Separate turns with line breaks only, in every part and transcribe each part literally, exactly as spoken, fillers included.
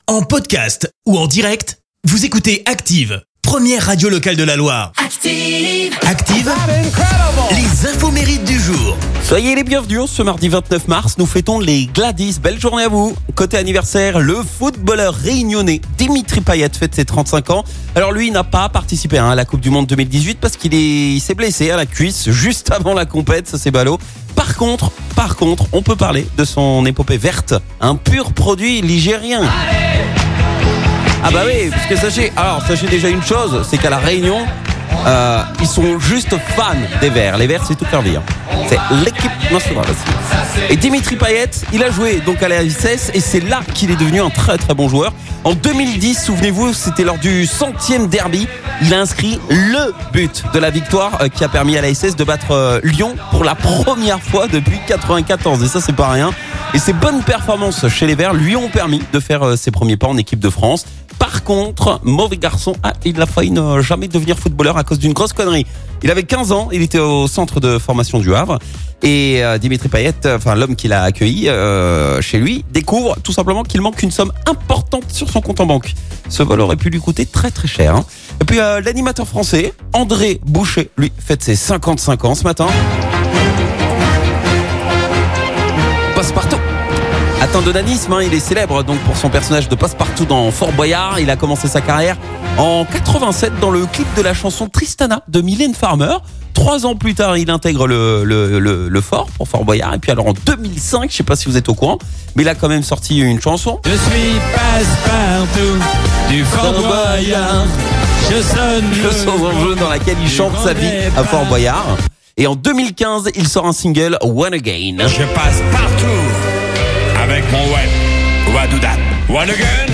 En podcast ou en direct, vous écoutez Active, première radio locale de la Loire. Active, Active, les infos mérites du jour.
Soyez les bienvenus, ce mardi vingt-neuf mars, nous fêtons les Gladys. Belle journée à vous. Côté anniversaire, le footballeur réunionnais Dimitri Payet fête ses trente-cinq ans. Alors lui, il n'a pas participé hein, à la Coupe du Monde deux mille dix-huit parce qu'il est, il s'est blessé à la cuisse juste avant la compète, ça c'est ballot. Par contre, par contre, on peut parler de son épopée verte, un pur produit ligérien. Ah bah oui, parce que sachez, alors sachez déjà une chose, c'est qu'à la Réunion, euh, ils sont juste fans des Verts. Les Verts, c'est toute leur vie. Hein. C'est l'équipe nationale aussi. Et Dimitri Payet, il a joué donc à la S S et c'est là qu'il est devenu un très très bon joueur. En deux mille dix, souvenez-vous, c'était lors du centième derby. Il a inscrit le but de la victoire euh, qui a permis à la S S de battre euh, Lyon pour la première fois depuis quatre-vingt-quatorze. Et ça, c'est pas rien. Et ses bonnes performances chez les Verts lui ont permis de faire euh, ses premiers pas en équipe de France. Par contre, mauvais garçon, ah, il a failli ne jamais devenir footballeur à cause d'une grosse connerie. Il avait quinze ans, il était au centre de formation du Havre. Et euh, Dimitri Payet, enfin l'homme qui l'a accueilli euh, chez lui, découvre tout simplement qu'il manque une somme importante sur son compte en banque. Ce vol aurait pu lui coûter très très cher. Hein. Et puis euh, l'animateur français, André Boucher, lui, fête ses cinquante-cinq ans ce matin. Passepartout. Atteint de nanisme, hein, il est célèbre donc pour son personnage de Passepartout dans Fort Boyard. Il a commencé sa carrière en quatre-vingt-sept dans le clip de la chanson Tristana de Mylène Farmer. Trois ans plus tard, il intègre le, le, le, le Fort pour Fort Boyard. Et puis alors en deux mille cinq, je sais pas si vous êtes au courant, mais il a quand même sorti une chanson.
Je suis Passepartout du Fort Boyard. Je sonne
le sauveur jeu dans laquelle il chante sa vie à Fort Boyard. Et en deux mille quinze, il sort un single One Again.
Je passe partout avec mon web. Wadouda. One Again.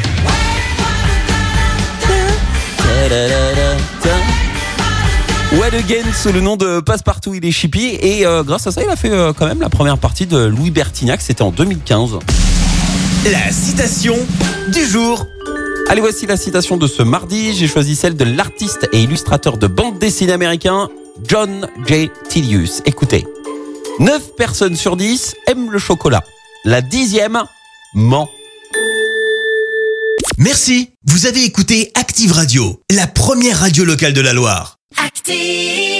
One Again sous le nom de Passepartout, il est chippy et euh, grâce à ça il a fait euh, quand même la première partie de Louis Bertignac, c'était en deux mille quinze.
La citation du jour.
Allez, voici la citation de ce mardi, j'ai choisi celle de l'artiste et illustrateur de bande dessinée américain John J. Tilius. Écoutez, neuf personnes sur dix aiment le chocolat, la dixième ment.
Merci, vous avez écouté Active Radio, la première radio locale de la Loire.
Active!